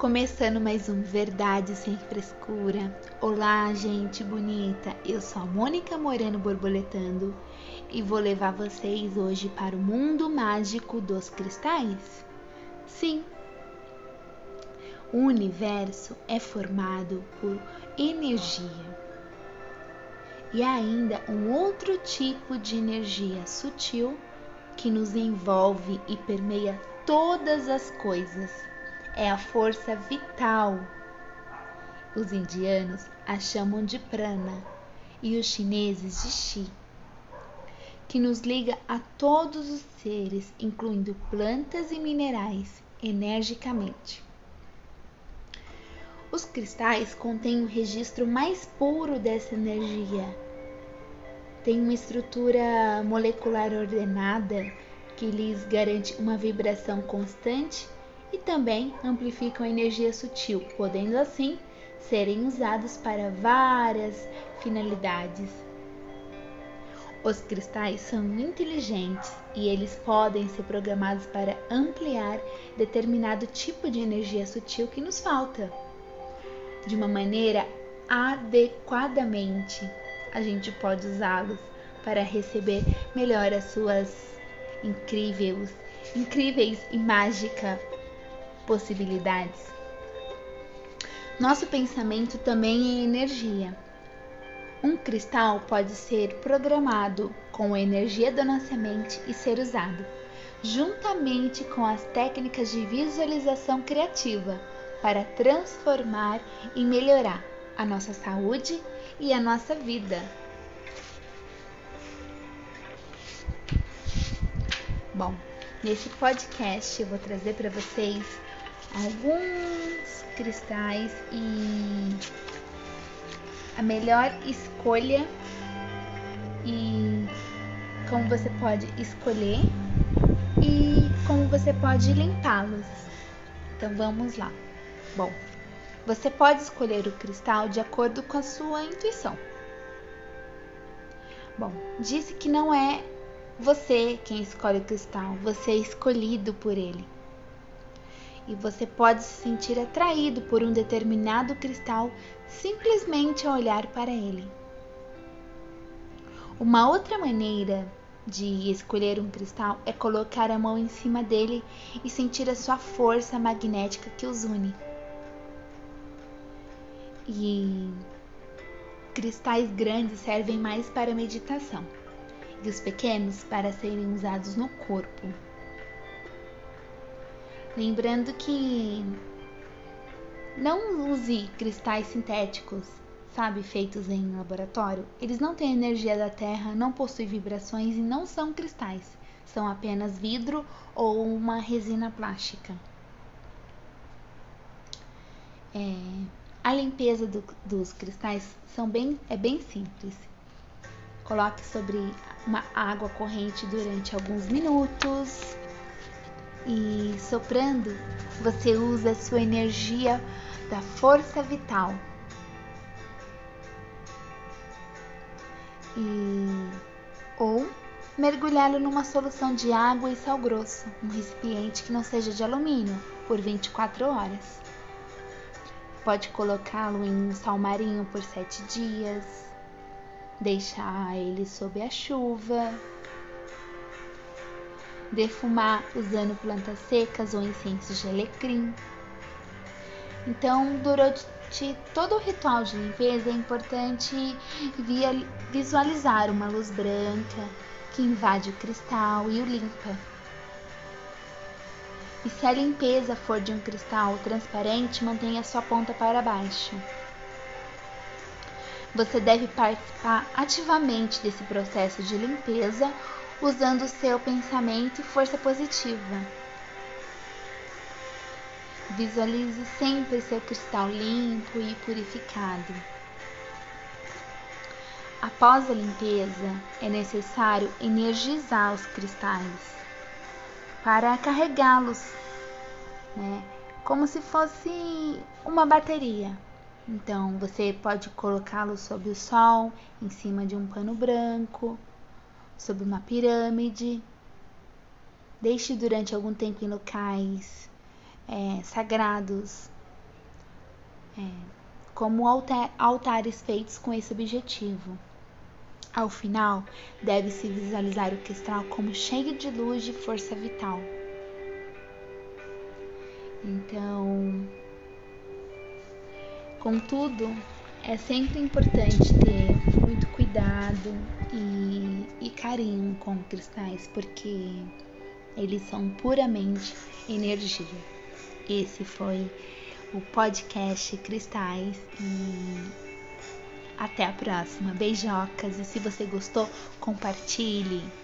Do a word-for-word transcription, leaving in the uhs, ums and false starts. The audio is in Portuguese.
Começando mais um Verdade Sem Frescura. Olá, gente bonita! Eu sou a Mônica Moreno borboletando e vou levar vocês hoje para o mundo mágico dos cristais. Sim, o universo é formado por energia e há ainda um outro tipo de energia sutil que nos envolve e permeia todas as coisas. É a força vital. Os indianos a chamam de prana e os chineses de chi, que nos liga a todos os seres, incluindo plantas e minerais, energicamente. Os cristais contêm o registro mais puro dessa energia. Tem uma estrutura molecular ordenada que lhes garante uma vibração constante e também amplificam a energia sutil, podendo assim serem usados para várias finalidades. Os cristais são inteligentes e eles podem ser programados para ampliar determinado tipo de energia sutil que nos falta. De uma maneira adequadamente, a gente pode usá-los para receber melhor as suas incríveis, incríveis e mágicas possibilidades. Nosso pensamento também é energia. Um cristal pode ser programado com a energia da nossa mente e ser usado, juntamente com as técnicas de visualização criativa, para transformar e melhorar a nossa saúde e a nossa vida. Bom, nesse podcast eu vou trazer para vocês alguns cristais e a melhor escolha e como você pode escolher e como você pode limpá-los. Então vamos lá. Bom, você pode escolher o cristal de acordo com a sua intuição. Bom, disse que não é você quem escolhe o cristal, você é escolhido por ele. E você pode se sentir atraído por um determinado cristal simplesmente ao olhar para ele. Uma outra maneira de escolher um cristal é colocar a mão em cima dele e sentir a sua força magnética que os une. E cristais grandes servem mais para meditação e os pequenos para serem usados no corpo. Lembrando que não use cristais sintéticos, sabe, feitos em laboratório. Eles não têm energia da terra, não possuem vibrações e não são cristais. São apenas vidro ou uma resina plástica. É, a limpeza do, dos cristais são bem, é bem simples. Coloque sobre uma água corrente durante alguns minutos. E soprando, você usa a sua energia da força vital. E ou mergulhá-lo numa solução de água e sal grosso, um recipiente que não seja de alumínio, por vinte e quatro horas. Pode colocá-lo em um sal marinho por sete dias, deixar ele sob a chuva, defumar usando plantas secas ou incensos de alecrim. Então, durante todo o ritual de limpeza é importante visualizar uma luz branca que invade o cristal e o limpa. E se a limpeza for de um cristal transparente, mantenha sua ponta para baixo. Você deve participar ativamente desse processo de limpeza usando o seu pensamento e força positiva. Visualize sempre seu cristal limpo e purificado. Após a limpeza, é necessário energizar os cristais para carregá-los, né, como se fosse uma bateria. Então, você pode colocá-los sob o sol, em cima de um pano branco, sob uma pirâmide. Deixe durante algum tempo em locais é, sagrados, é, como altar, altares feitos com esse objetivo. Ao final, deve-se visualizar o cristal como cheio de luz de força vital. Então, contudo, é sempre importante ter muito cuidado e, e carinho com cristais, porque eles são puramente energia. Esse foi o podcast Cristais e até a próxima. Beijocas, e se você gostou, compartilhe.